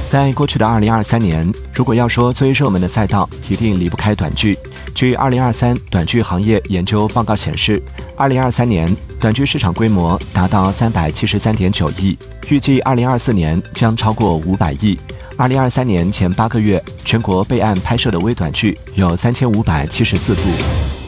在过去的2023年，如果要说最热门的赛道，一定离不开短剧。据2023短剧行业研究报告显示，2023年短剧市场规模达到373.9亿，预计2024年将超过500亿。2023年前8个月，全国备案拍摄的微短剧有3574部。